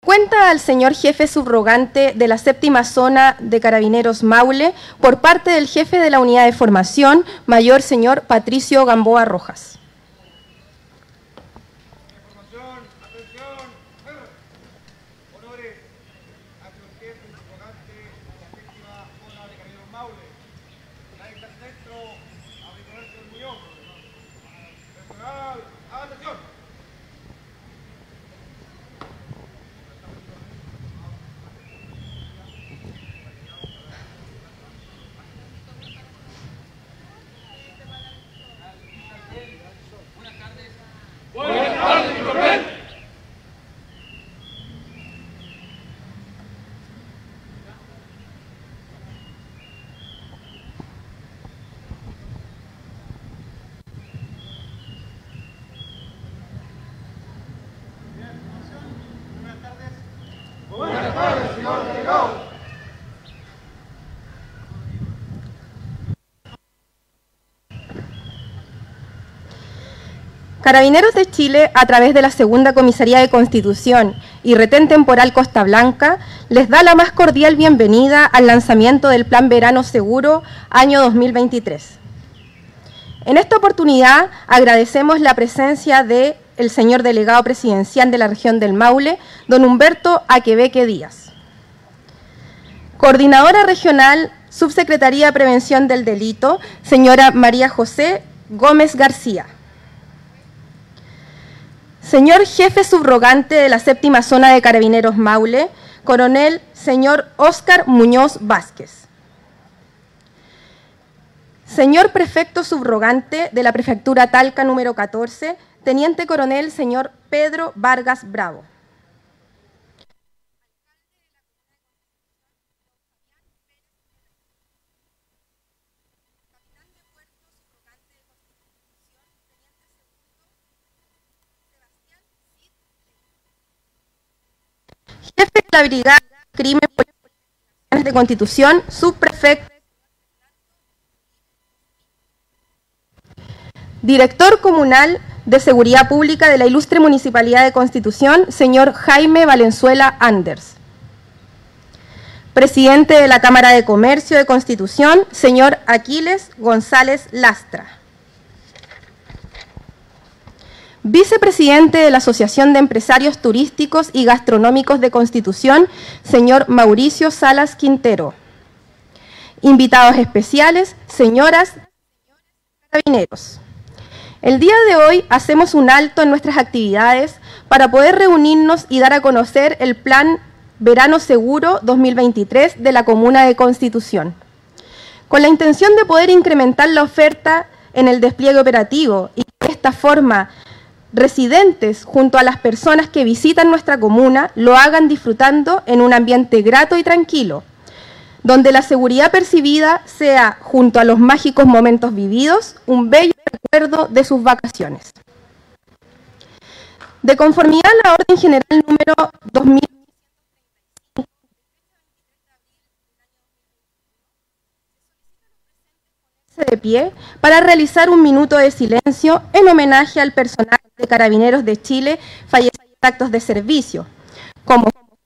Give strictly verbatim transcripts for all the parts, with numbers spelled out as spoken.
Cuenta al señor jefe subrogante de la séptima zona de Carabineros Maule por parte del jefe de la unidad de formación, mayor señor Patricio Gamboa Rojas. Buenas tardes, señor delegado. Carabineros de Chile, a través de la Segunda Comisaría de Constitución y Retén Temporal Costa Blanca, les da la más cordial bienvenida al lanzamiento del Plan Verano Seguro año dos mil veintitrés. En esta oportunidad agradecemos la presencia de el señor delegado presidencial de la región del Maule, don Humberto Aquebeque Díaz. Coordinadora regional, Subsecretaría de Prevención del Delito, señora María José Gómez García. Señor jefe subrogante de la séptima zona de Carabineros Maule, coronel señor Óscar Muñoz Vázquez. Señor prefecto subrogante de la prefectura Talca número catorce, teniente coronel señor Pedro Vargas Bravo. Jefe de la Brigada de Crimen de Constitución, subprefecto. Director comunal de Seguridad Pública de la Ilustre Municipalidad de Constitución, señor Jaime Valenzuela Anders. Presidente de la Cámara de Comercio de Constitución, señor Aquiles González Lastra. Vicepresidente de la Asociación de Empresarios Turísticos y Gastronómicos de Constitución, señor Mauricio Salas Quintero. Invitados especiales, señoras y carabineros. El día de hoy hacemos un alto en nuestras actividades para poder reunirnos y dar a conocer el Plan Verano Seguro dos mil veintitrés de la Comuna de Constitución, con la intención de poder incrementar la oferta en el despliegue operativo y de esta forma residentes junto a las personas que visitan nuestra comuna lo hagan disfrutando en un ambiente grato y tranquilo, donde la seguridad percibida sea, junto a los mágicos momentos vividos, un bello recuerdo de sus vacaciones. De conformidad a la Orden General número dos mil de pie para realizar un minuto de silencio en homenaje al personal de Carabineros de Chile fallecido en actos de servicio, como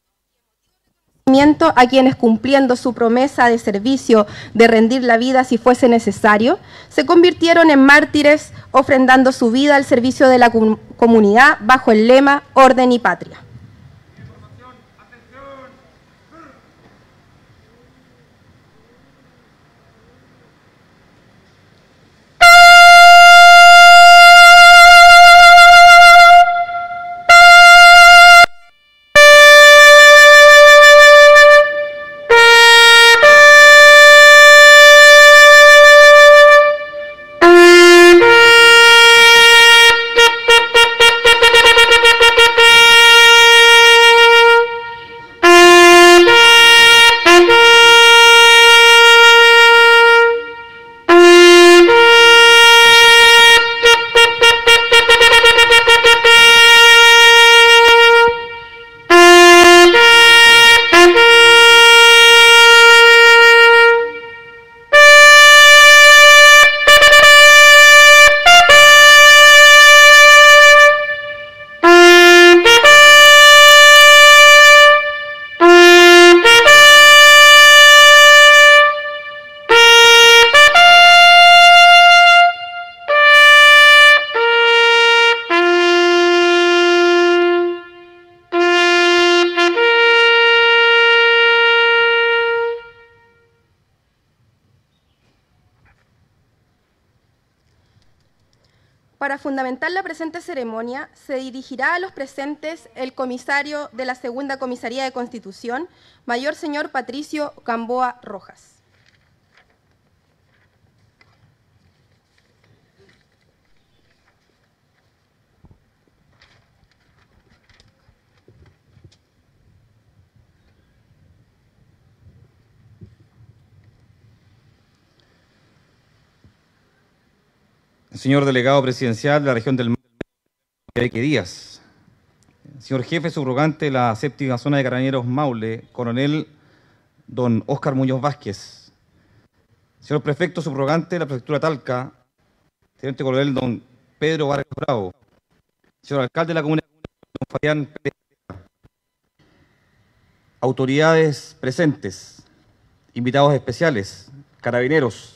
a quienes, cumpliendo su promesa de servicio de rendir la vida si fuese necesario, se convirtieron en mártires ofrendando su vida al servicio de la com- comunidad bajo el lema Orden y Patria. fundamentar la presente ceremonia, se dirigirá a los presentes el comisario de la Segunda Comisaría de Constitución, Mayor Señor Patricio Gamboa Rojas. Señor delegado presidencial de la región del Maule, Díaz. Señor jefe subrogante de la séptima zona de Carabineros Maule, coronel don Óscar Muñoz Vázquez. Señor prefecto subrogante de la prefectura Talca, teniente coronel don Pedro Vargas Bravo. Señor alcalde de la comuna, don Fabián Pérez. Autoridades presentes, invitados especiales, carabineros.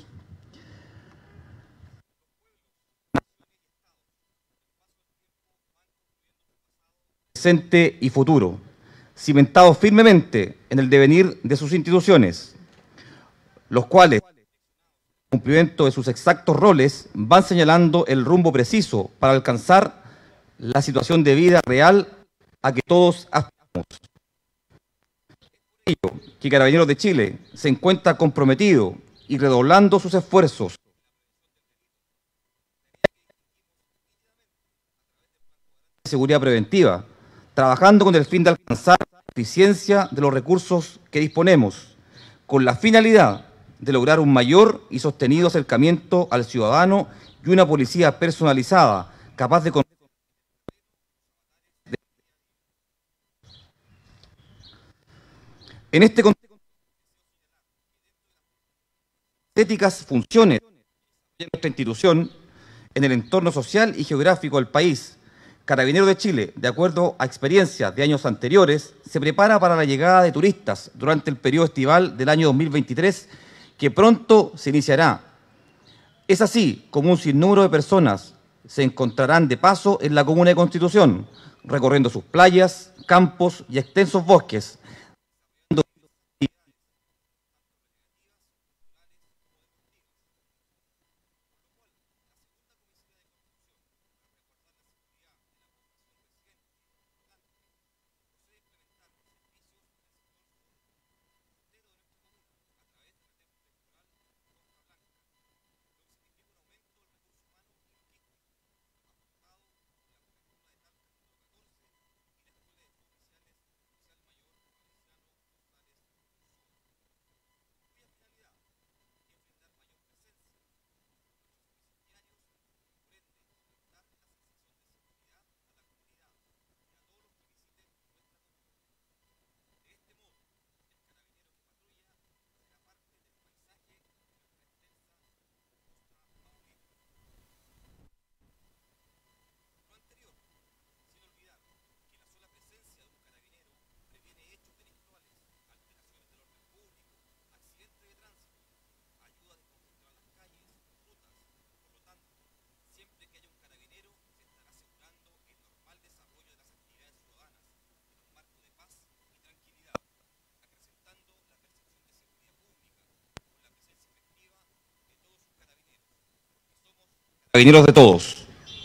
Presente y futuro, cimentados firmemente en el devenir de sus instituciones, los cuales, en cumplimiento de sus exactos roles, van señalando el rumbo preciso para alcanzar la situación de vida real a que todos aspiramos. Es por ello que Carabineros de Chile se encuentra comprometido y redoblando sus esfuerzos de seguridad preventiva, trabajando con el fin de alcanzar la eficiencia de los recursos que disponemos, con la finalidad de lograr un mayor y sostenido acercamiento al ciudadano y una policía personalizada, capaz de conocer en este contexto éticas funciones de nuestra institución en el entorno social y geográfico del país. Carabineros de Chile, de acuerdo a experiencias de años anteriores, se prepara para la llegada de turistas durante el periodo estival del año dos mil veintitrés, que pronto se iniciará. Es así como un sinnúmero de personas se encontrarán de paso en la comuna de Constitución, recorriendo sus playas, campos y extensos bosques, carabineros de todos.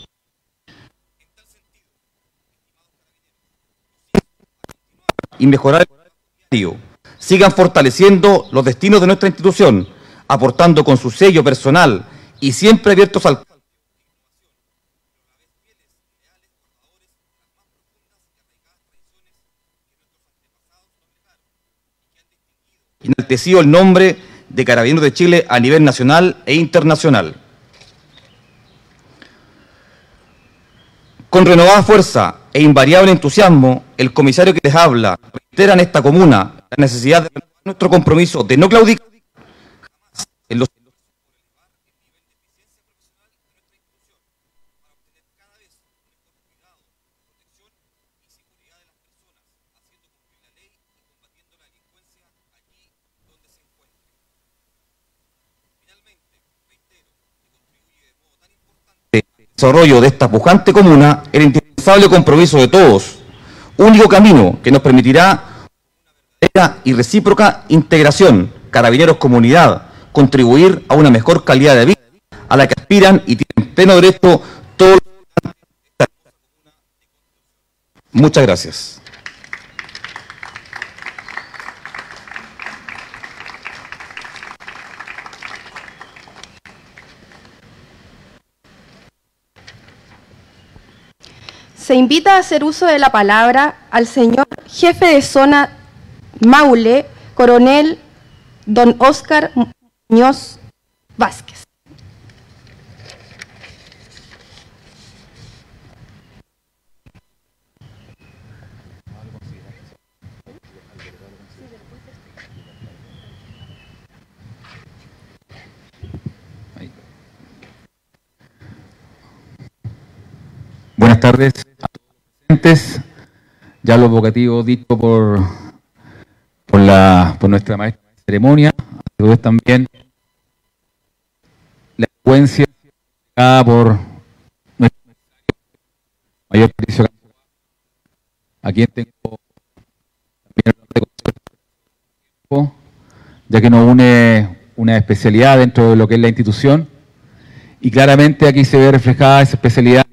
Y mejorar el diario. Sigan fortaleciendo los destinos de nuestra institución, aportando con su sello personal y siempre abiertos al enaltecido el nombre de Carabineros de Chile a nivel nacional e internacional. Con renovada fuerza e invariable entusiasmo, el comisario que les habla reitera en esta comuna la necesidad de nuestro compromiso de no claudicar en los desarrollo de esta pujante comuna el indispensable compromiso de todos, único camino que nos permitirá una y recíproca integración, carabineros comunidad, contribuir a una mejor calidad de vida a la que aspiran y tienen pleno derecho todos los Muchas gracias. Se invita a hacer uso de la palabra al señor jefe de zona Maule, coronel don Óscar Muñoz Vázquez. Buenas tardes a todos los presentes. Ya lo evocativo dicho por, por, la, por nuestra maestra de ceremonia, a su vez también la elocuencia dada por nuestro mayor Patricio Campo, a quien tengo también el honor de conocer, ya que nos une una especialidad dentro de lo que es la institución, y claramente aquí se ve reflejada esa especialidad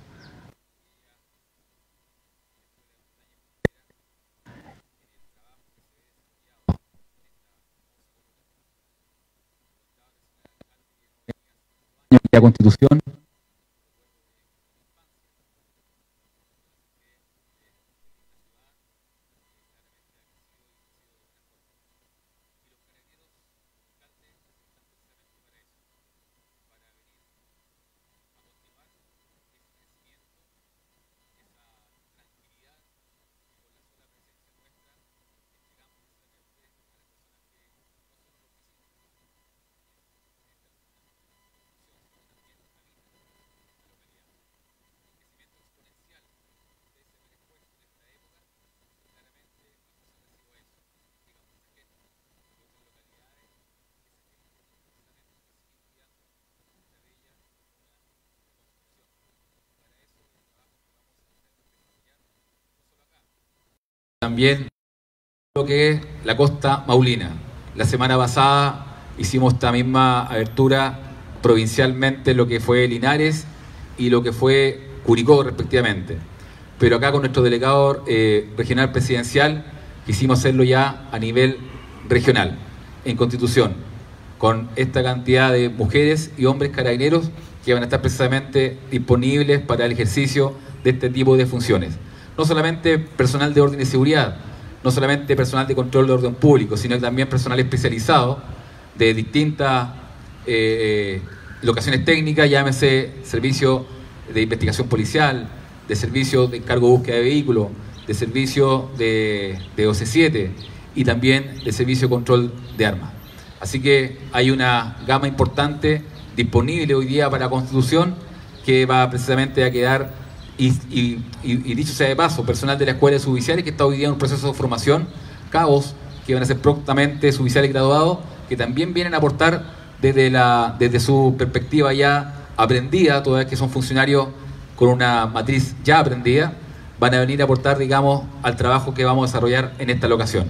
la Constitución. También lo que es la costa maulina. La semana pasada hicimos esta misma abertura provincialmente lo que fue Linares y lo que fue Curicó respectivamente. Pero acá con nuestro delegado eh, regional presidencial quisimos hacerlo ya a nivel regional, en Constitución, con esta cantidad de mujeres y hombres carabineros que van a estar precisamente disponibles para el ejercicio de este tipo de funciones. No solamente personal de orden y seguridad, no solamente personal de control de orden público, sino también personal especializado de distintas eh, locaciones técnicas, llámese servicio de investigación policial, de servicio de encargo de búsqueda de vehículos, de servicio de, de O C siete y también de servicio de control de armas. Así que hay una gama importante disponible hoy día para la Constitución que va precisamente a quedar. Y, y, y, y dicho sea de paso, personal de la Escuela de Suboficiales que está hoy día en un proceso de formación, cabos que van a ser prontamente suboficiales graduados, que también vienen a aportar desde, la, desde su perspectiva ya aprendida, toda vez que son funcionarios con una matriz ya aprendida, van a venir a aportar, digamos, al trabajo que vamos a desarrollar en esta locación.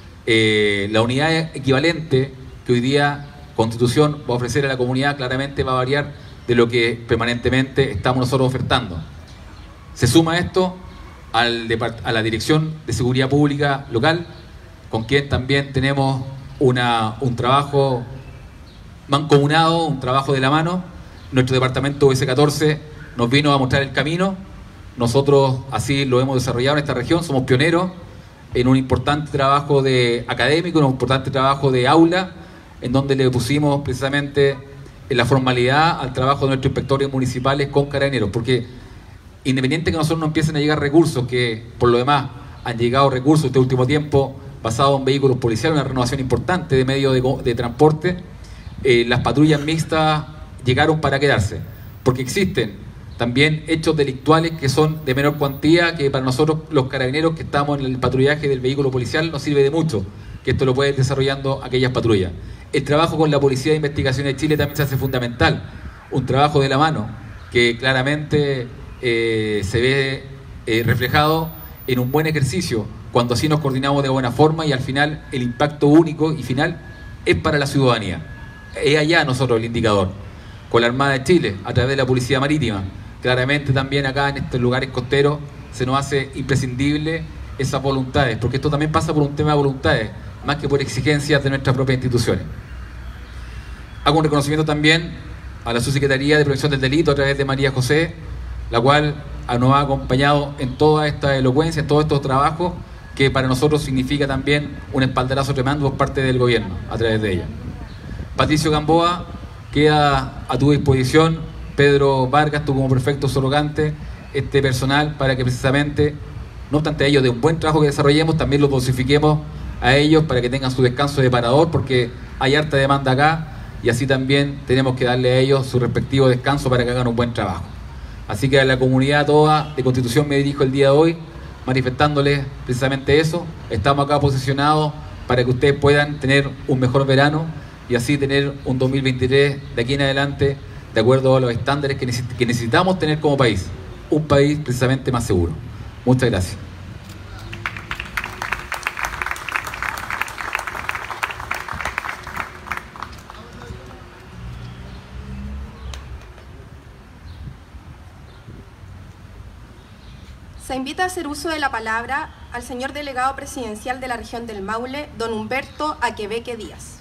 Eh, la unidad equivalente que hoy día Constitución va a ofrecer a la comunidad claramente va a variar de lo que permanentemente estamos nosotros ofertando. Se suma esto al a la Dirección de Seguridad Pública local, con quien también tenemos una, un trabajo mancomunado, un trabajo de la mano. Nuestro departamento U S catorce nos vino a mostrar el camino. Nosotros así lo hemos desarrollado en esta región, somos pioneros en un importante trabajo de académico, en un importante trabajo de aula, en donde le pusimos precisamente en la formalidad al trabajo de nuestros inspectores municipales con carabineros, porque independiente que a nosotros nos empiecen a llegar recursos, que por lo demás han llegado recursos este último tiempo basados en vehículos policiales, una renovación importante de medios de, de transporte, eh, las patrullas mixtas llegaron para quedarse, porque existen también hechos delictuales que son de menor cuantía, que para nosotros los carabineros que estamos en el patrullaje del vehículo policial nos sirve de mucho, que esto lo pueden ir desarrollando aquellas patrullas. El trabajo con la Policía de Investigación de Chile también se hace fundamental, un trabajo de la mano que claramente Eh, se ve eh, reflejado en un buen ejercicio cuando así nos coordinamos de buena forma, y al final el impacto único y final es para la ciudadanía. Es allá nosotros el indicador, con la Armada de Chile, a través de la Policía Marítima, claramente también acá en estos lugares costeros, se nos hace imprescindible esas voluntades, porque esto también pasa por un tema de voluntades, más que por exigencias de nuestras propias instituciones. Hago un reconocimiento también a la Subsecretaría de Prevención del Delito a través de María José, la cual nos ha acompañado en toda esta elocuencia, en todos estos trabajos, que para nosotros significa también un espaldarazo tremendo por parte del gobierno a través de ella. Patricio Gamboa, queda a tu disposición. Pedro Vargas, tú como prefecto surrogante, este personal, para que precisamente, no obstante ello, de un buen trabajo que desarrollemos, también lo dosifiquemos a ellos para que tengan su descanso de parador, porque hay harta demanda acá y así también tenemos que darle a ellos su respectivo descanso para que hagan un buen trabajo. Así que a la comunidad toda de Constitución me dirijo el día de hoy, manifestándoles precisamente eso. Estamos acá posicionados para que ustedes puedan tener un mejor verano y así tener un dos mil veintitrés de aquí en adelante de acuerdo a los estándares que necesitamos tener como país, un país precisamente más seguro. Muchas gracias. Se invita a hacer uso de la palabra al señor delegado presidencial de la región del Maule, don Humberto Aquebeque Díaz.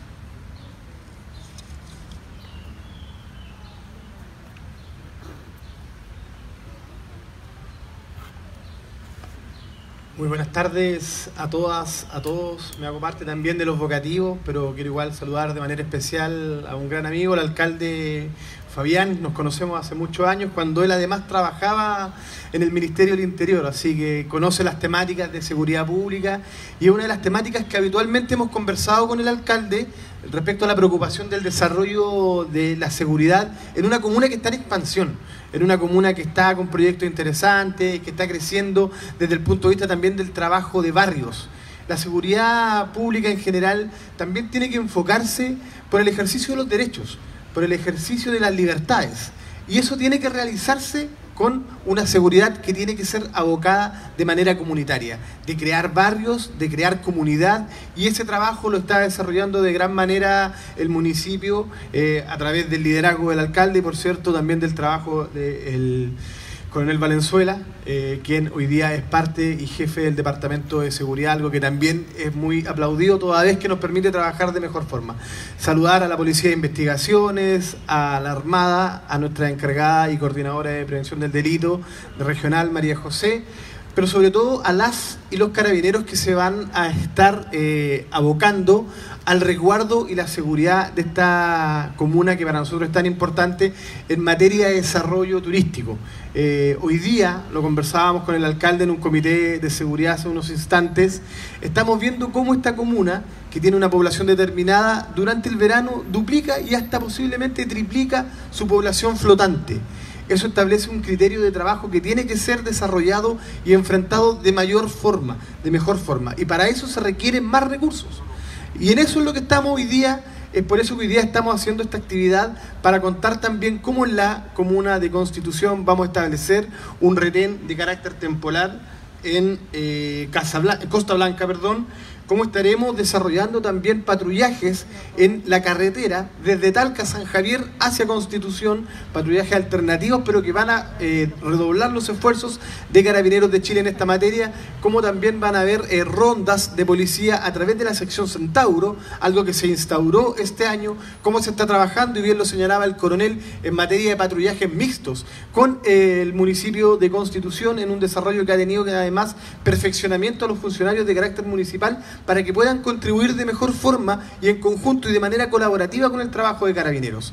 Muy buenas tardes a todas, a todos. Me hago parte también de los vocativos, pero quiero igual saludar de manera especial a un gran amigo, el alcalde Fabián. Nos conocemos hace muchos años, cuando él además trabajaba en el Ministerio del Interior, así que conoce las temáticas de seguridad pública y es una de las temáticas que habitualmente hemos conversado con el alcalde respecto a la preocupación del desarrollo de la seguridad en una comuna que está en expansión, en una comuna que está con proyectos interesantes, que está creciendo desde el punto de vista también del trabajo de barrios. La seguridad pública en general también tiene que enfocarse por el ejercicio de los derechos, por el ejercicio de las libertades, y eso tiene que realizarse con una seguridad que tiene que ser abocada de manera comunitaria, de crear barrios, de crear comunidad, y ese trabajo lo está desarrollando de gran manera el municipio eh, a través del liderazgo del alcalde y, por cierto, también del trabajo del coronel Valenzuela, eh, quien hoy día es parte y jefe del Departamento de Seguridad, algo que también es muy aplaudido toda vez que nos permite trabajar de mejor forma. Saludar a la Policía de Investigaciones, a la Armada, a nuestra encargada y coordinadora de Prevención del Delito regional, María José, pero sobre todo a las y los carabineros que se van a estar eh, abocando al resguardo y la seguridad de esta comuna que para nosotros es tan importante en materia de desarrollo turístico. Eh, hoy día, lo conversábamos con el alcalde en un comité de seguridad hace unos instantes, estamos viendo cómo esta comuna, que tiene una población determinada, durante el verano duplica y hasta posiblemente triplica su población flotante. Eso establece un criterio de trabajo que tiene que ser desarrollado y enfrentado de mayor forma, de mejor forma. Y para eso se requieren más recursos. Y en eso es lo que estamos hoy día, es por eso que hoy día estamos haciendo esta actividad, para contar también cómo en la comuna de Constitución vamos a establecer un retén de carácter temporal en eh, Casablanca, Costa Blanca, perdón, cómo estaremos desarrollando también patrullajes en la carretera desde Talca, San Javier hacia Constitución, patrullajes alternativos, pero que van a eh, redoblar los esfuerzos de Carabineros de Chile en esta materia, como también van a haber eh, rondas de policía a través de la sección Centauro, algo que se instauró este año, cómo se está trabajando, y bien lo señalaba el coronel, en materia de patrullajes mixtos con eh, el municipio de Constitución, en un desarrollo que ha tenido que además perfeccionamiento a los funcionarios de carácter municipal, para que puedan contribuir de mejor forma y en conjunto y de manera colaborativa con el trabajo de Carabineros.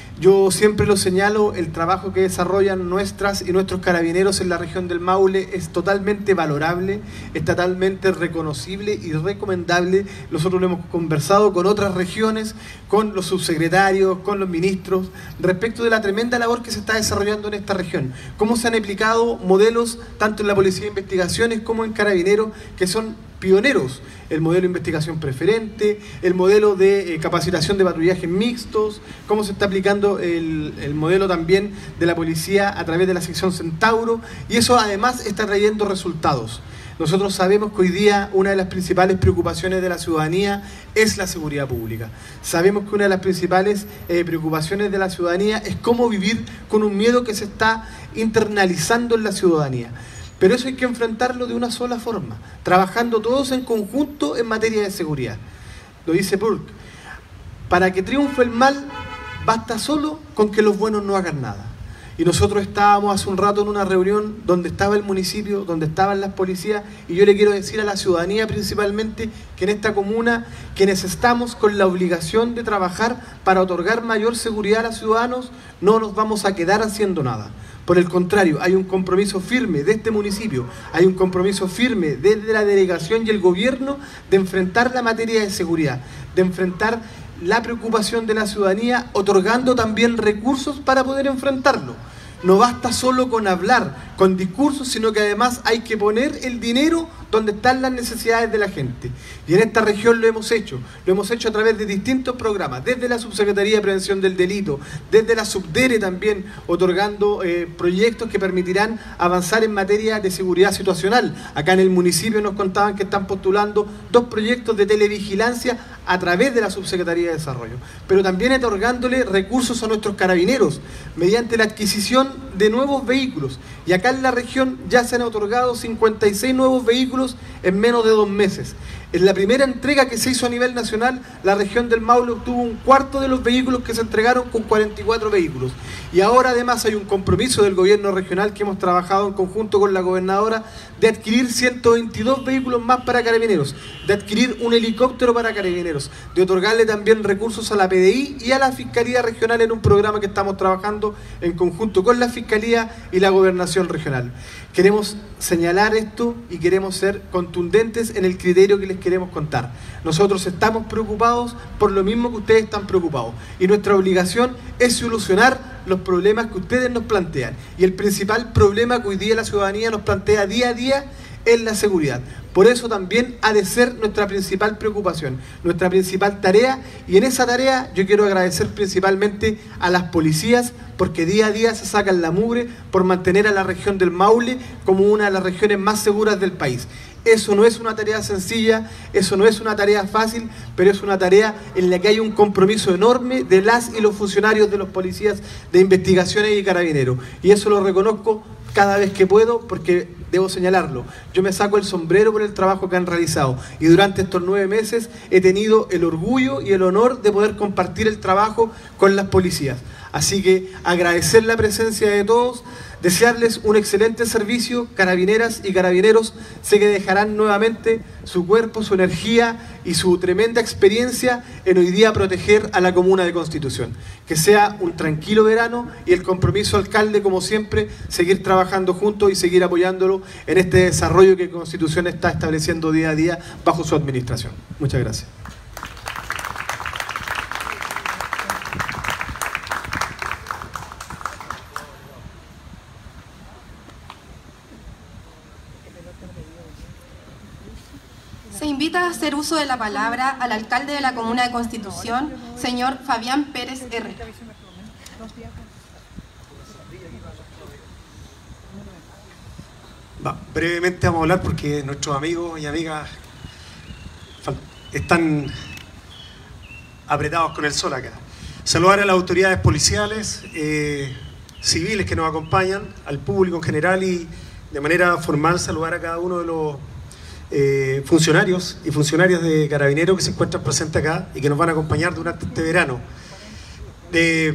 Yo siempre lo señalo, el trabajo que desarrollan nuestras y nuestros carabineros en la región del Maule es totalmente valorable, es totalmente reconocible y recomendable. Nosotros lo hemos conversado con otras regiones, con los subsecretarios, con los ministros, respecto de la tremenda labor que se está desarrollando en esta región. Cómo se han aplicado modelos tanto en la Policía de Investigaciones como en Carabineros, que son pioneros, el modelo de investigación preferente, el modelo de eh, capacitación de patrullajes mixtos, cómo se está aplicando el, el modelo también de la policía a través de la sección Centauro, y eso además está trayendo resultados. Nosotros sabemos que hoy día una de las principales preocupaciones de la ciudadanía es la seguridad pública. Sabemos que una de las principales eh, preocupaciones de la ciudadanía es cómo vivir con un miedo que se está internalizando en la ciudadanía. Pero eso hay que enfrentarlo de una sola forma, trabajando todos en conjunto en materia de seguridad. Lo dice Burke, para que triunfe el mal, basta solo con que los buenos no hagan nada. Y nosotros estábamos hace un rato en una reunión donde estaba el municipio, donde estaban las policías, y yo le quiero decir a la ciudadanía principalmente que en esta comuna, quienes estamos con la obligación de trabajar para otorgar mayor seguridad a los ciudadanos, no nos vamos a quedar haciendo nada. Por el contrario, hay un compromiso firme de este municipio, hay un compromiso firme desde la delegación y el gobierno de enfrentar la materia de seguridad, de enfrentar la preocupación de la ciudadanía, otorgando también recursos para poder enfrentarlo. No basta solo con hablar, con discursos, sino que además hay que poner el dinero donde están las necesidades de la gente. Y en esta región lo hemos hecho, lo hemos hecho a través de distintos programas, desde la Subsecretaría de Prevención del Delito, desde la Subdere también, otorgando eh, proyectos que permitirán avanzar en materia de seguridad situacional. Acá en el municipio nos contaban que están postulando dos proyectos de televigilancia a través de la Subsecretaría de Desarrollo, pero también otorgándole recursos a nuestros carabineros, mediante la adquisición de nuevos vehículos. Y acá en la región ya se han otorgado cincuenta y seis nuevos vehículos en menos de dos meses. En la primera entrega que se hizo a nivel nacional, la región del Maule obtuvo un cuarto de los vehículos que se entregaron, con cuarenta y cuatro vehículos. Y ahora además hay un compromiso del gobierno regional que hemos trabajado en conjunto con la gobernadora de adquirir ciento veintidós vehículos más para carabineros, de adquirir un helicóptero para carabineros, de otorgarle también recursos a la P D I y a la Fiscalía Regional en un programa que estamos trabajando en conjunto con la Fiscalía y la Gobernación Regional. Queremos señalar esto y queremos ser contundentes en el criterio que les queremos contar. Nosotros estamos preocupados por lo mismo que ustedes están preocupados, y nuestra obligación es solucionar los problemas que ustedes nos plantean. Y el principal problema que hoy día la ciudadanía nos plantea día a día es la seguridad. Por eso también ha de ser nuestra principal preocupación, nuestra principal tarea, y en esa tarea yo quiero agradecer principalmente a las policías, porque día a día se sacan la mugre por mantener a la región del Maule como una de las regiones más seguras del país. Eso no es una tarea sencilla, eso no es una tarea fácil, pero es una tarea en la que hay un compromiso enorme de las y los funcionarios de los policías de investigaciones y carabineros. Y eso lo reconozco cada vez que puedo, porque debo señalarlo, yo me saco el sombrero por el trabajo que han realizado, y durante estos nueve meses he tenido el orgullo y el honor de poder compartir el trabajo con las policías. Así que agradecer la presencia de todos, desearles un excelente servicio. Carabineras y carabineros, sé que dejarán nuevamente su cuerpo, su energía y su tremenda experiencia en hoy día proteger a la comuna de Constitución. Que sea un tranquilo verano, y el compromiso, alcalde, como siempre, seguir trabajando juntos y seguir apoyándolo en este desarrollo que Constitución está estableciendo día a día bajo su administración. Muchas gracias. Se invita a hacer uso de la palabra al alcalde de la comuna de Constitución, señor Fabián Pérez R. Va, brevemente vamos a hablar porque nuestros amigos y amigas están apretados con el sol acá. Saludar a las autoridades policiales, eh, civiles que nos acompañan, al público en general, y de manera formal saludar a cada uno de los Eh, funcionarios y funcionarias de Carabineros que se encuentran presentes acá y que nos van a acompañar durante este verano. Eh,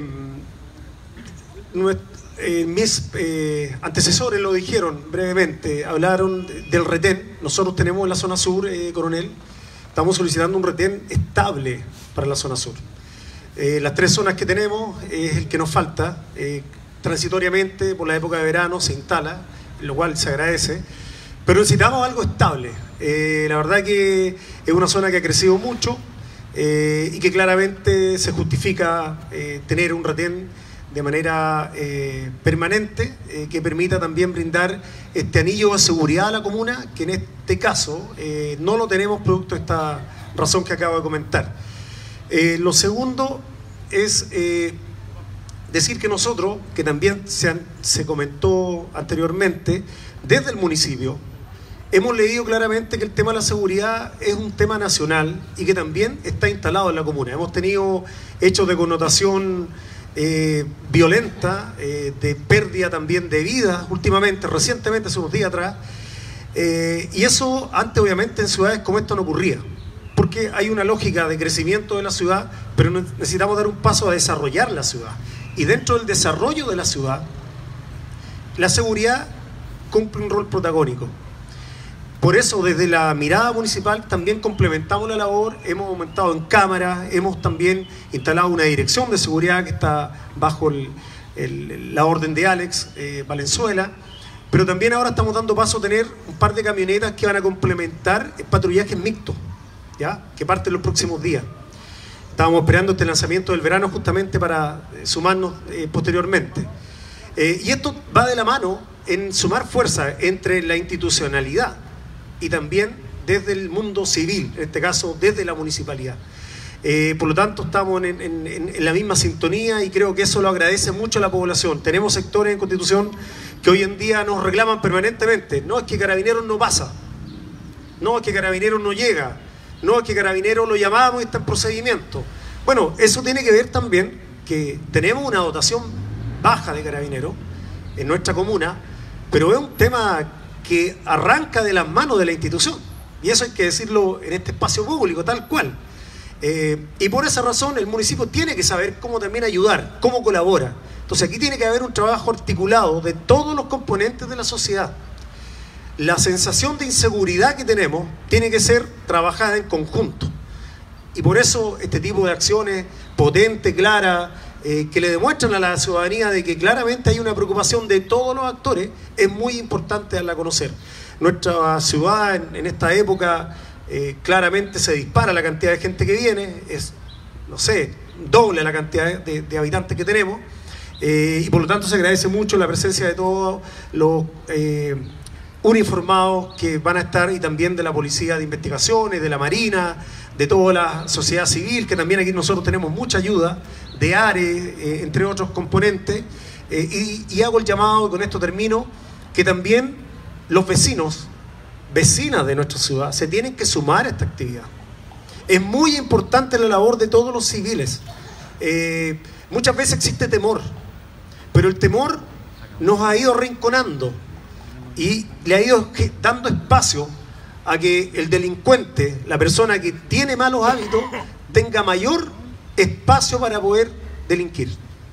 eh, mis eh, antecesores lo dijeron brevemente, hablaron del retén. Nosotros tenemos en la zona sur, eh, coronel, estamos solicitando un retén estable para la zona sur. Eh, las tres zonas que tenemos es el que nos falta. Eh, transitoriamente, por la época de verano, se instala, lo cual se agradece. Pero necesitamos algo estable. Eh, la verdad que es una zona que ha crecido mucho eh, y que claramente se justifica eh, tener un retén de manera eh, permanente eh, que permita también brindar este anillo de seguridad a la comuna, que en este caso eh, no lo tenemos producto de esta razón que acabo de comentar. Eh, lo segundo es eh, decir que nosotros, que también se, han, se comentó anteriormente, desde el municipio, hemos leído claramente que el tema de la seguridad es un tema nacional y que también está instalado en la comuna. Hemos tenido hechos de connotación eh, violenta, eh, de pérdida también de vida, últimamente, recientemente, hace unos días atrás. Eh, y eso antes obviamente en ciudades como esta no ocurría, porque hay una lógica de crecimiento de la ciudad, pero necesitamos dar un paso a desarrollar la ciudad. Y dentro del desarrollo de la ciudad, la seguridad cumple un rol protagónico. Por eso desde la mirada municipal también complementamos la labor, hemos aumentado en cámaras, hemos también instalado una dirección de seguridad que está bajo el, el, la orden de Alex eh, Valenzuela, pero también ahora estamos dando paso a tener un par de camionetas que van a complementar el patrullaje mixto, ¿ya? Que parte en los próximos días. Estábamos esperando este lanzamiento del verano justamente para eh, sumarnos eh, posteriormente. Eh, y esto va de la mano en sumar fuerza entre la institucionalidad y también desde el mundo civil, en este caso desde la municipalidad. Eh, por lo tanto, estamos en, en, en la misma sintonía y creo que eso lo agradece mucho a la población. Tenemos sectores en Constitución que hoy en día nos reclaman permanentemente. No, es que Carabineros no pasa. No, es que Carabineros no llega. No, es que Carabineros lo llamamos y está en procedimiento. Bueno, eso tiene que ver también que tenemos una dotación baja de Carabineros en nuestra comuna, pero es un tema que arranca de las manos de la institución, y eso hay que decirlo en este espacio público, tal cual. Eh, y por esa razón el municipio tiene que saber cómo también ayudar, cómo colabora. Entonces aquí tiene que haber un trabajo articulado de todos los componentes de la sociedad. La sensación de inseguridad que tenemos tiene que ser trabajada en conjunto, y por eso este tipo de acciones potentes, claras, Eh, que le demuestran a la ciudadanía de que claramente hay una preocupación de todos los actores, es muy importante darla a conocer. Nuestra ciudad en, en esta época eh, claramente se dispara la cantidad de gente que viene, es, no sé, doble la cantidad de, de habitantes que tenemos, eh, y por lo tanto se agradece mucho la presencia de todos los eh, uniformados que van a estar, y también de la Policía de Investigaciones, de la Marina, de toda la sociedad civil, que también aquí nosotros tenemos mucha ayuda, de ARE, eh, entre otros componentes, eh, y, y hago el llamado, y con esto termino, que también los vecinos, vecinas de nuestra ciudad, se tienen que sumar a esta actividad. Es muy importante la labor de todos los civiles. Eh, muchas veces existe temor, pero el temor nos ha ido arrinconando y le ha ido dando espacio a que el delincuente, la persona que tiene malos hábitos, tenga mayor espacio para poder delinquir.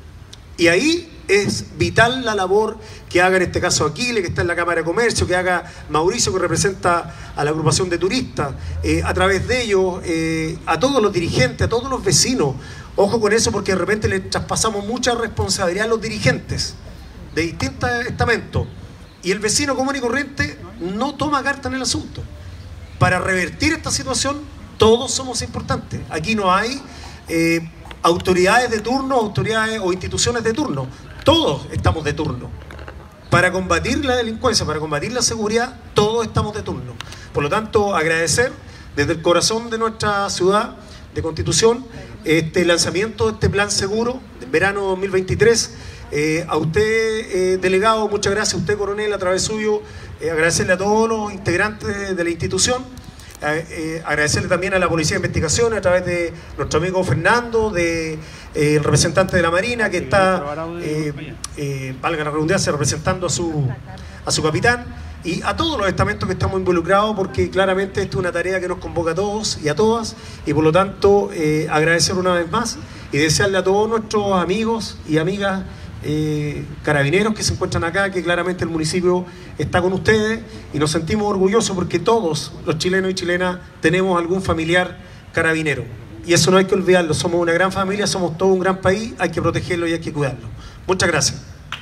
Y ahí es vital la labor que haga en este caso Aquiles, que está en la Cámara de Comercio, que haga Mauricio, que representa a la agrupación de turistas, eh, a través de ellos, eh, a todos los dirigentes, a todos los vecinos. Ojo con eso, porque de repente le traspasamos mucha responsabilidad a los dirigentes de distintos estamentos, y el vecino común y corriente no toma carta en el asunto. Para revertir esta situación, todos somos importantes. Aquí no hay eh, autoridades de turno, autoridades o instituciones de turno. Todos estamos de turno. Para combatir la delincuencia, para combatir la seguridad, todos estamos de turno. Por lo tanto, agradecer desde el corazón de nuestra ciudad de Constitución este lanzamiento de este plan seguro de verano dos mil veintitrés. Eh, a usted, eh, delegado, muchas gracias. A usted, coronel, a través suyo, eh, agradecerle a todos los integrantes de la institución. Eh, eh, agradecerle también a la Policía de Investigación a través de nuestro amigo Fernando, de, eh, el representante de la Marina, que está, eh, eh, valga la redundancia, representando a su, a su capitán, y a todos los estamentos que estamos involucrados, porque claramente esto es una tarea que nos convoca a todos y a todas, y por lo tanto eh, agradecer una vez más y desearle a todos nuestros amigos y amigas Eh, carabineros que se encuentran acá, que claramente el municipio está con ustedes, y nos sentimos orgullosos porque todos los chilenos y chilenas tenemos algún familiar carabinero, y eso no hay que olvidarlo. Somos una gran familia, somos todo un gran país, hay que protegerlo y hay que cuidarlo. Muchas gracias.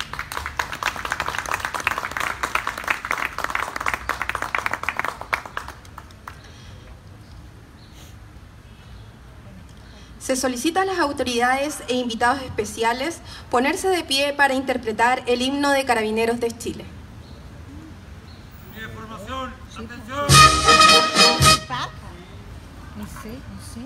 Se solicita a las autoridades e invitados especiales ponerse de pie para interpretar el himno de Carabineros de Chile. Información, atención. No sé, no sé.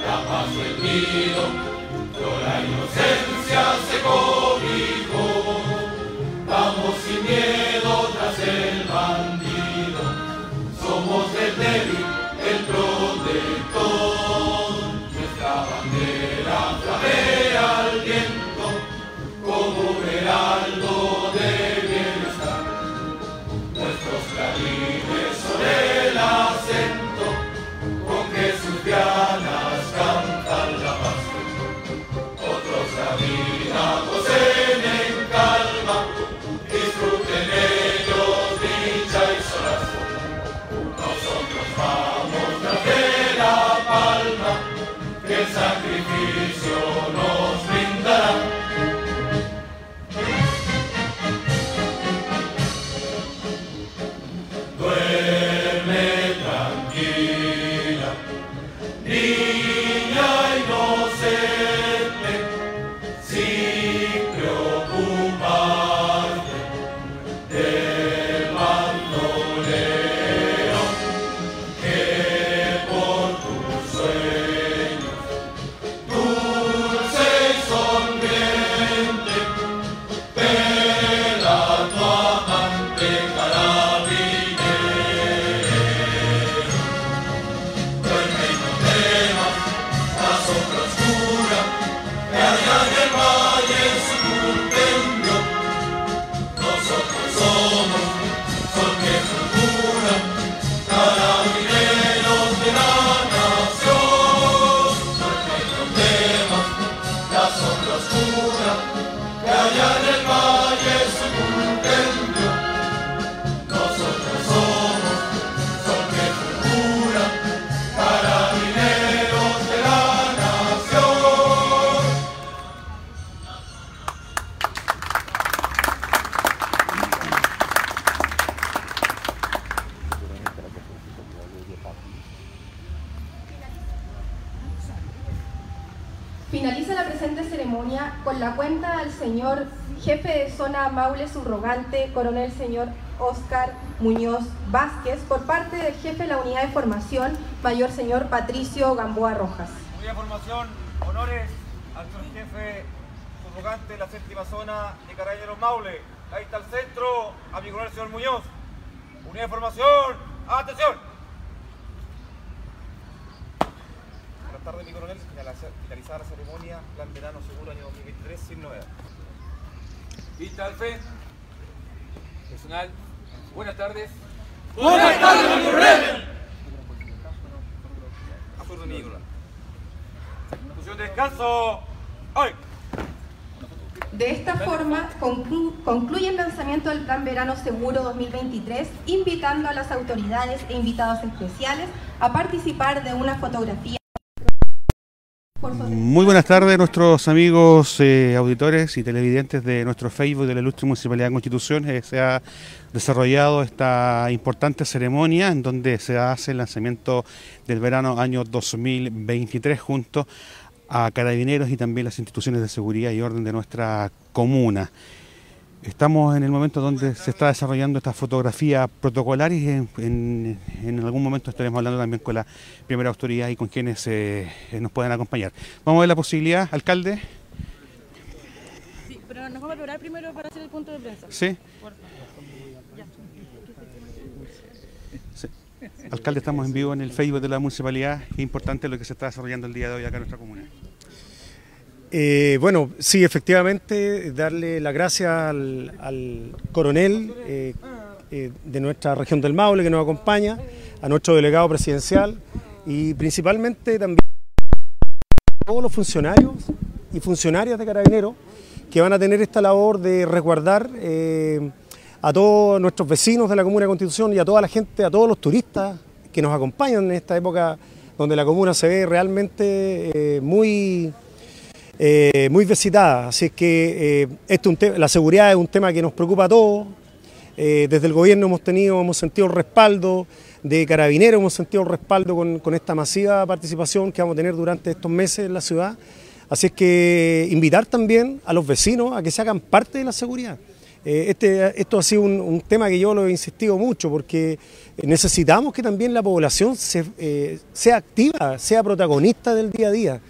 Finaliza la presente ceremonia con la cuenta al señor jefe de zona Maule subrogante, coronel señor Óscar Muñoz Vázquez, por parte del jefe de la unidad de formación, mayor señor Patricio Gamboa Rojas. Unidad de formación, honores al señor jefe subrogante de la séptima zona de Carabineros Maule. Ahí está el centro, a mi coronel señor Muñoz. Unidad de formación, atención. Buenas tardes, mi coronel. Finalizada la ceremonia, plan verano seguro año dos mil veintitrés sin novedad. Vista al fe. Personal, buenas tardes. ¡Buenas tardes, mi coronel! A su orden, mi coronel. Función de descanso. ¡Hoy! De esta forma conclu concluye el lanzamiento del Plan Verano Seguro dos mil veintitrés, invitando a las autoridades e invitados especiales a participar de una fotografía. Muy buenas tardes a nuestros amigos eh, auditores y televidentes de nuestro Facebook de la Ilustre Municipalidad de Constitución. Eh, se ha desarrollado esta importante ceremonia en donde se hace el lanzamiento del verano año dos mil veintitrés junto a Carabineros y también las instituciones de seguridad y orden de nuestra comuna. Estamos en el momento donde se está desarrollando esta fotografía protocolar y en, en, en algún momento estaremos hablando también con la primera autoridad y con quienes eh, nos puedan acompañar. Vamos a ver la posibilidad, alcalde. Sí, pero nos vamos a preparar primero para hacer el punto de prensa. Sí. Sí. Alcalde, estamos en vivo en el Facebook de la municipalidad. Es importante lo que se está desarrollando el día de hoy acá en nuestra comuna. Eh, bueno, sí, efectivamente, darle las gracias al, al coronel eh, eh, de nuestra región del Maule que nos acompaña, a nuestro delegado presidencial y principalmente también a todos los funcionarios y funcionarias de Carabineros que van a tener esta labor de resguardar eh, a todos nuestros vecinos de la comuna de Constitución y a toda la gente, a todos los turistas que nos acompañan en esta época donde la comuna se ve realmente eh, muy... Eh, muy visitada, así es que eh, este un la seguridad es un tema que nos preocupa a todos. Eh, desde el gobierno hemos tenido, hemos sentido el respaldo de Carabineros, hemos sentido el respaldo con, con esta masiva participación que vamos a tener durante estos meses en la ciudad. Así es que invitar también a los vecinos a que se hagan parte de la seguridad. Eh, este, esto ha sido un, un tema que yo lo he insistido mucho porque necesitamos que también la población se, eh, sea activa, sea protagonista del día a día.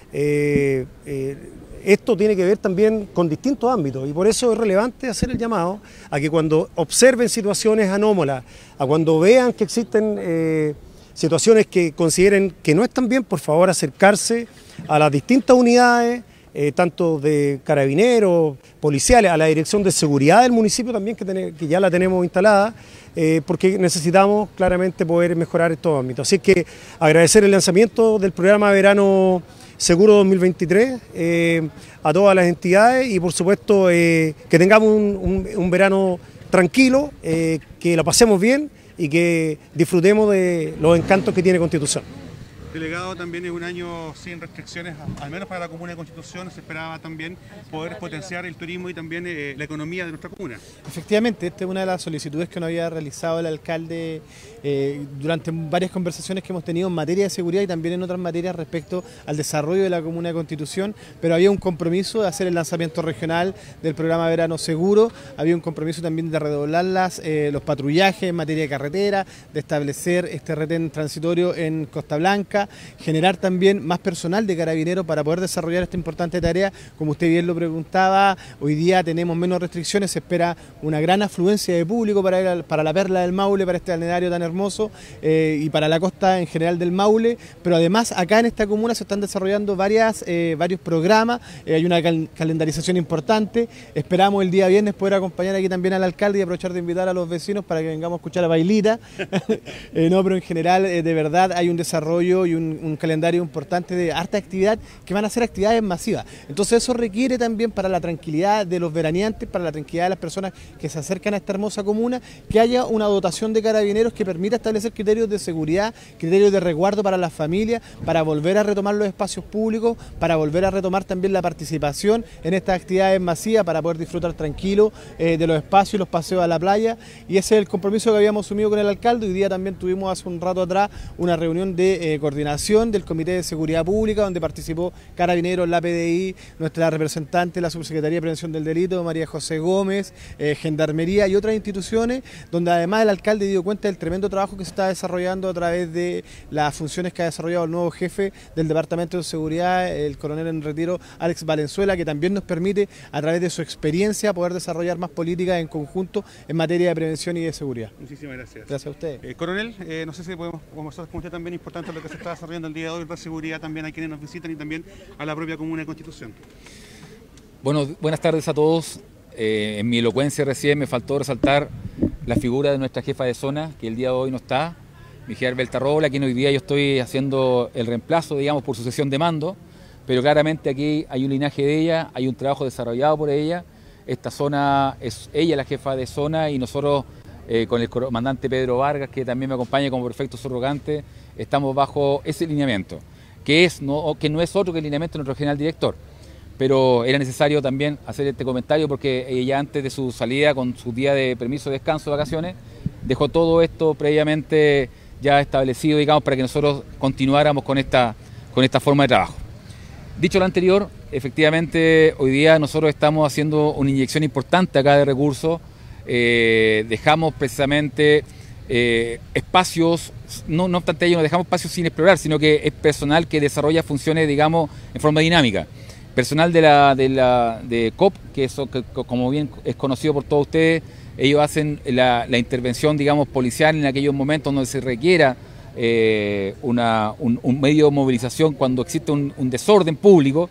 Eh, eh, esto tiene que ver también con distintos ámbitos y por eso es relevante hacer el llamado a que cuando observen situaciones anómalas, a cuando vean que existen eh, situaciones que consideren que no están bien, por favor acercarse a las distintas unidades, Eh, tanto de carabineros, policiales, a la Dirección de Seguridad del municipio también, que, ten, que ya la tenemos instalada, eh, porque necesitamos claramente poder mejorar estos ámbitos. Así que agradecer el lanzamiento del programa Verano Seguro dos mil veintitrés eh, a todas las entidades y por supuesto eh, que tengamos un, un, un verano tranquilo, eh, que lo pasemos bien y que disfrutemos de los encantos que tiene Constitución. Delegado, también es un año sin restricciones, al menos para la comuna de Constitución. Se esperaba también poder potenciar el turismo y también eh, la economía de nuestra comuna. Efectivamente, esta es una de las solicitudes que nos había realizado el alcalde eh, durante varias conversaciones que hemos tenido en materia de seguridad y también en otras materias respecto al desarrollo de la comuna de Constitución, pero había un compromiso de hacer el lanzamiento regional del programa Verano Seguro, había un compromiso también de redoblar las, eh, los patrullajes en materia de carretera, de establecer este retén transitorio en Costa Blanca, generar también más personal de carabineros para poder desarrollar esta importante tarea. Como usted bien lo preguntaba, hoy día tenemos menos restricciones, se espera una gran afluencia de público para, ir a, para la Perla del Maule, para este balneario tan hermoso eh, y para la costa en general del Maule, pero además acá en esta comuna se están desarrollando varias, eh, varios programas, eh, hay una cal calendarización importante, esperamos el día viernes poder acompañar aquí también al alcalde y aprovechar de invitar a los vecinos para que vengamos a escuchar a Bailita, eh, no, pero en general eh, de verdad hay un desarrollo y Un, un calendario importante de harta actividad que van a ser actividades masivas. Entonces eso requiere también para la tranquilidad de los veraneantes, para la tranquilidad de las personas que se acercan a esta hermosa comuna, que haya una dotación de carabineros que permita establecer criterios de seguridad, criterios de resguardo para las familias, para volver a retomar los espacios públicos, para volver a retomar también la participación en estas actividades masivas, para poder disfrutar tranquilo eh, de los espacios y los paseos a la playa. Y ese es el compromiso que habíamos asumido con el alcalde. Hoy día también tuvimos hace un rato atrás una reunión de eh, coordinación del Comité de Seguridad Pública, donde participó Carabineros, la P D I, nuestra representante, la Subsecretaría de Prevención del Delito, María José Gómez, eh, Gendarmería y otras instituciones, donde además el alcalde dio cuenta del tremendo trabajo que se está desarrollando a través de las funciones que ha desarrollado el nuevo jefe del Departamento de Seguridad, el coronel en retiro Alex Valenzuela, que también nos permite, a través de su experiencia, poder desarrollar más políticas en conjunto en materia de prevención y de seguridad. Muchísimas gracias. Gracias a ustedes. Eh, coronel, eh, no sé si podemos conversar con usted también, importante lo que se está desarrollando el día de hoy, dar seguridad también a quienes nos visitan y también a la propia comuna de Constitución. Bueno, buenas tardes a todos. Eh, en mi elocuencia recién me faltó resaltar la figura de nuestra jefa de zona, que el día de hoy no está, Mijael Beltarrola, a quien hoy día yo estoy haciendo el reemplazo, digamos, por sucesión de mando, pero claramente aquí hay un linaje de ella, hay un trabajo desarrollado por ella. Esta zona es ella la jefa de zona y nosotros eh, con el comandante Pedro Vargas, que también me acompaña como prefecto subrogante, estamos bajo ese lineamiento, que, es, no, que no es otro que el lineamiento de nuestro general director. Pero era necesario también hacer este comentario porque ella antes de su salida con su día de permiso, descanso, vacaciones, dejó todo esto previamente ya establecido, digamos, para que nosotros continuáramos con esta, con esta forma de trabajo. Dicho lo anterior, efectivamente hoy día nosotros estamos haciendo una inyección importante acá de recursos, eh, dejamos precisamente eh, espacios, no, no obstante ello no dejamos espacios sin explorar, sino que es personal que desarrolla funciones, digamos, en forma dinámica. Personal de la de la de C O P, que eso que, como bien es conocido por todos ustedes, ellos hacen la, la intervención, digamos, policial en aquellos momentos donde se requiera eh, una, un, un medio de movilización cuando existe un, un desorden público,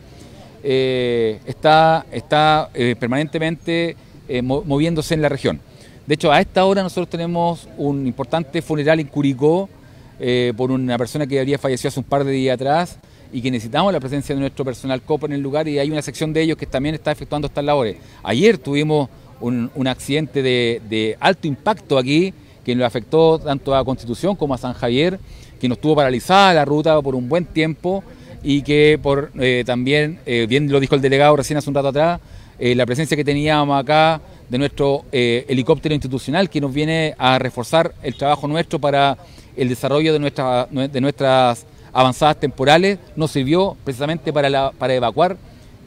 eh, está, está eh, permanentemente eh, moviéndose en la región. De hecho, a esta hora nosotros tenemos un importante funeral en Curicó eh, por una persona que había fallecido hace un par de días atrás, y que necesitamos la presencia de nuestro personal C O P en el lugar, y hay una sección de ellos que también está efectuando estas labores. Ayer tuvimos un, un accidente de, de alto impacto aquí, que nos afectó tanto a Constitución como a San Javier, que nos tuvo paralizada la ruta por un buen tiempo, y que por eh, también, eh, bien lo dijo el delegado recién hace un rato atrás, eh, la presencia que teníamos acá de nuestro eh, helicóptero institucional, que nos viene a reforzar el trabajo nuestro para el desarrollo de, nuestra, de nuestras avanzadas temporales, nos sirvió precisamente para, la, para evacuar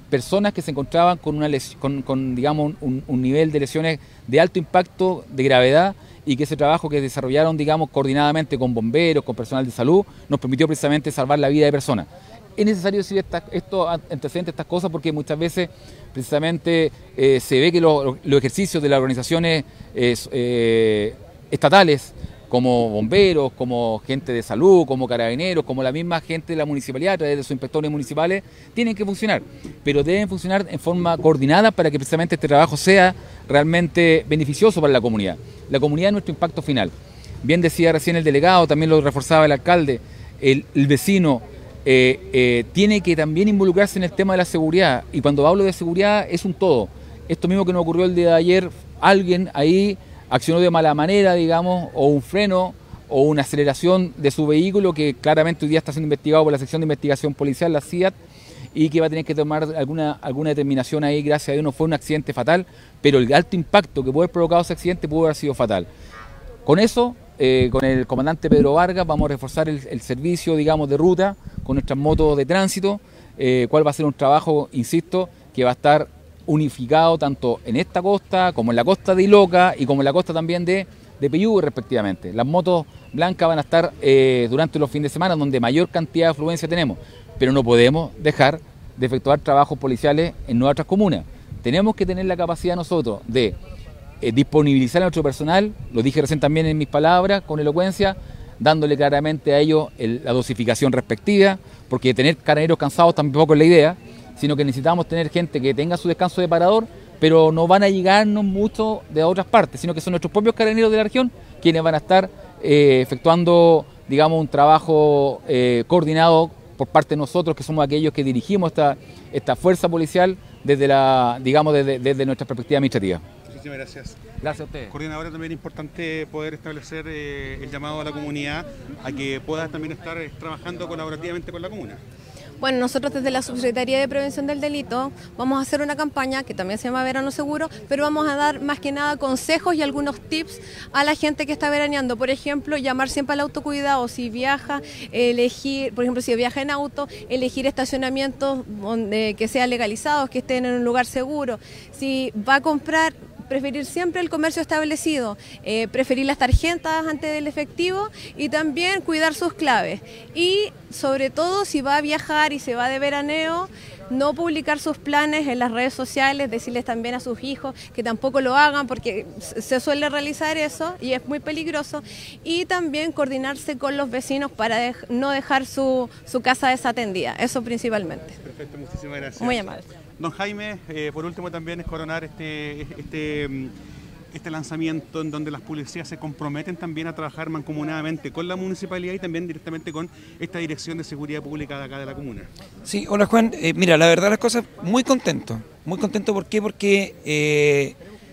personas que se encontraban con, una les con, con digamos, un, un nivel de lesiones de alto impacto, de gravedad, y que ese trabajo que desarrollaron, digamos, coordinadamente con bomberos, con personal de salud, nos permitió precisamente salvar la vida de personas. Es necesario decir esta, esto antecedentes, estas cosas, porque muchas veces precisamente eh, se ve que los, los ejercicios de las organizaciones eh, eh, estatales, como bomberos, como gente de salud, como carabineros, como la misma gente de la municipalidad, a través de sus inspectores municipales, tienen que funcionar, pero deben funcionar en forma coordinada para que precisamente este trabajo sea realmente beneficioso para la comunidad. La comunidad es nuestro impacto final. Bien decía recién el delegado, también lo reforzaba el alcalde, el, el vecino eh, eh, tiene que también involucrarse en el tema de la seguridad, y cuando hablo de seguridad es un todo. Esto mismo que nos ocurrió el día de ayer, alguien ahí accionó de mala manera, digamos, o un freno o una aceleración de su vehículo, que claramente hoy día está siendo investigado por la sección de investigación policial, la C I A T, y que va a tener que tomar alguna, alguna determinación ahí. Gracias a Dios no fue un accidente fatal, pero el alto impacto que puede haber provocado ese accidente pudo haber sido fatal. Con eso, eh, con el comandante Pedro Vargas, vamos a reforzar el, el servicio, digamos, de ruta con nuestras motos de tránsito, eh, cual va a ser un trabajo, insisto, que va a estar unificado tanto en esta costa como en la costa de Iloca y como en la costa también de, de Peyúgue, respectivamente. Las motos blancas van a estar eh, durante los fines de semana donde mayor cantidad de afluencia tenemos, pero no podemos dejar de efectuar trabajos policiales en nuestras comunas. Tenemos que tener la capacidad nosotros de eh, disponibilizar a nuestro personal, lo dije recién también en mis palabras, con elocuencia, dándole claramente a ellos el, la dosificación respectiva, porque tener carabineros cansados tampoco es la idea, sino que necesitamos tener gente que tenga su descanso de parador, pero no van a llegarnos mucho de otras partes, sino que son nuestros propios carabineros de la región quienes van a estar eh, efectuando, digamos, un trabajo eh, coordinado por parte de nosotros, que somos aquellos que dirigimos esta, esta fuerza policial desde la, digamos, desde, desde nuestra perspectiva administrativa. Muchísimas gracias. Gracias a ustedes. Coordinadora, también es importante poder establecer eh, el llamado a la comunidad a que pueda también estar eh, trabajando colaborativamente con la comuna. Bueno, nosotros desde la Subsecretaría de Prevención del Delito vamos a hacer una campaña que también se llama Verano Seguro, pero vamos a dar más que nada consejos y algunos tips a la gente que está veraneando. Por ejemplo, llamar siempre al autocuidado. Si viaja, elegir, por ejemplo, si viaja en auto, elegir estacionamientos donde, que sean legalizados, que estén en un lugar seguro. Si va a comprar, preferir siempre el comercio establecido, eh, preferir las tarjetas antes del efectivo y también cuidar sus claves. Y sobre todo, si va a viajar y se va de veraneo, no publicar sus planes en las redes sociales, decirles también a sus hijos que tampoco lo hagan porque se suele realizar eso y es muy peligroso. Y también coordinarse con los vecinos para de, no dejar su, su casa desatendida, eso principalmente. Perfecto, muchísimas gracias. Muy amable. Don Jaime, eh, por último también es coronar este, este, este lanzamiento en donde las policías se comprometen también a trabajar mancomunadamente con la municipalidad y también directamente con esta Dirección de Seguridad Pública de acá de la comuna. Sí, hola Juan, eh, mira, la verdad las cosas, muy contento, muy contento, ¿por qué? Porque eh,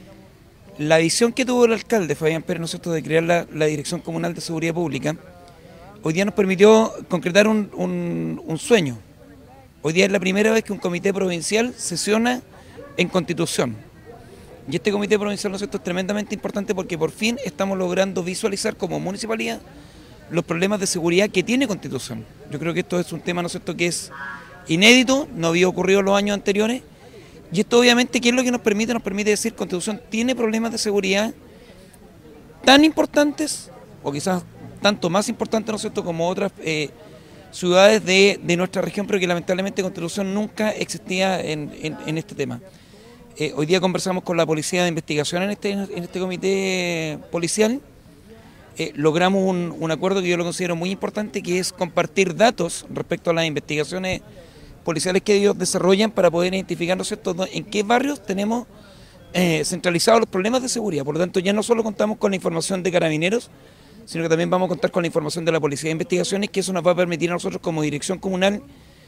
la visión que tuvo el alcalde Fabián Pérez, ¿no es cierto?, de crear la, la Dirección Comunal de Seguridad Pública, hoy día nos permitió concretar un, un, un sueño. Hoy día es la primera vez que un comité provincial sesiona en Constitución. Y este comité provincial, ¿no es cierto?, es tremendamente importante porque por fin estamos logrando visualizar como municipalidad los problemas de seguridad que tiene Constitución. Yo creo que esto es un tema, ¿no es cierto?, que es inédito, no había ocurrido en los años anteriores. Y esto obviamente, ¿qué es lo que nos permite? Nos permite decir que Constitución tiene problemas de seguridad tan importantes, o quizás tanto más importantes, ¿no es cierto?, como otras eh, ciudades de, de nuestra región, pero que lamentablemente Constitución nunca existía en, en, en este tema. Eh, hoy día conversamos con la Policía de Investigación en este, en este comité policial. Eh, logramos un, un acuerdo que yo lo considero muy importante, que es compartir datos respecto a las investigaciones policiales que ellos desarrollan para poder identificar, ¿no es cierto?, en qué barrios tenemos eh, centralizados los problemas de seguridad. Por lo tanto, ya no solo contamos con la información de Carabineros, sino que también vamos a contar con la información de la Policía de Investigaciones, que eso nos va a permitir a nosotros como Dirección Comunal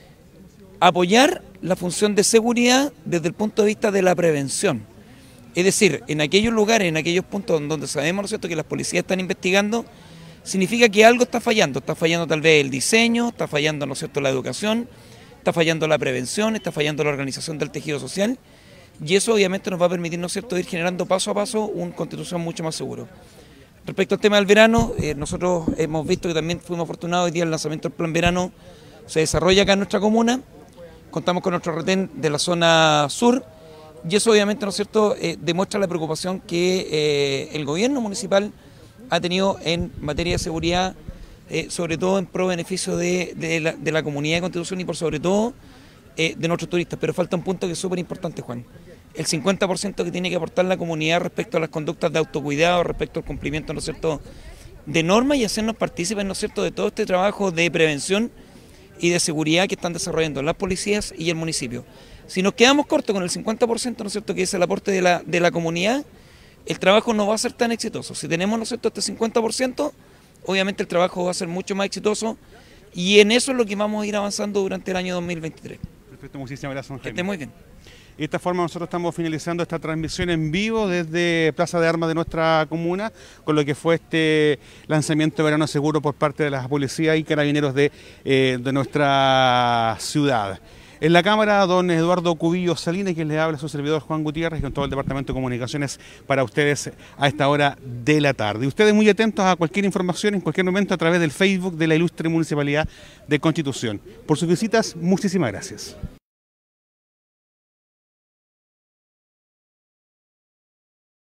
apoyar la función de seguridad desde el punto de vista de la prevención. Es decir, en aquellos lugares, en aquellos puntos donde sabemos, ¿no es cierto?, que las policías están investigando, significa que algo está fallando. Está fallando tal vez el diseño, está fallando, ¿no es cierto?, la educación, está fallando la prevención, está fallando la organización del tejido social, y eso obviamente nos va a permitir, ¿no es cierto?, ir generando paso a paso una Constitución mucho más seguro. Respecto al tema del verano, eh, nosotros hemos visto que también fuimos afortunados hoy día el lanzamiento del Plan Verano se desarrolla acá en nuestra comuna. contamos con nuestro retén de la zona sur, y eso obviamente, ¿no es cierto?, eh, demuestra la preocupación que eh, el gobierno municipal ha tenido en materia de seguridad, eh, sobre todo en pro beneficio de, de, la, de la comunidad de Constitución y por sobre todo eh, de nuestros turistas. Pero falta un punto que es súper importante, Juan. El cincuenta por ciento que tiene que aportar la comunidad respecto a las conductas de autocuidado, respecto al cumplimiento, ¿no es cierto?, de normas y hacernos partícipes, ¿no es cierto?, de todo este trabajo de prevención y de seguridad que están desarrollando las policías y el municipio. Si nos quedamos cortos con el cincuenta por ciento, ¿no es cierto?, que es el aporte de la, de la comunidad, el trabajo no va a ser tan exitoso. Si tenemos, ¿no es cierto?, este cincuenta por ciento, obviamente el trabajo va a ser mucho más exitoso y en eso es lo que vamos a ir avanzando durante el año dos mil veintitrés. Perfecto, muchísimas gracias, don Jaime. Que esté muy bien. De esta forma nosotros estamos finalizando esta transmisión en vivo desde Plaza de Armas de nuestra comuna, con lo que fue este lanzamiento de Verano Seguro por parte de la policía y carabineros de, eh, de nuestra ciudad. En la cámara, don Eduardo Cubillo Salinas, quien le habla a su servidor Juan Gutiérrez, con todo el Departamento de Comunicaciones para ustedes a esta hora de la tarde. Y ustedes muy atentos a cualquier información en cualquier momento a través del Facebook de la Ilustre Municipalidad de Constitución. Por sus visitas, muchísimas gracias.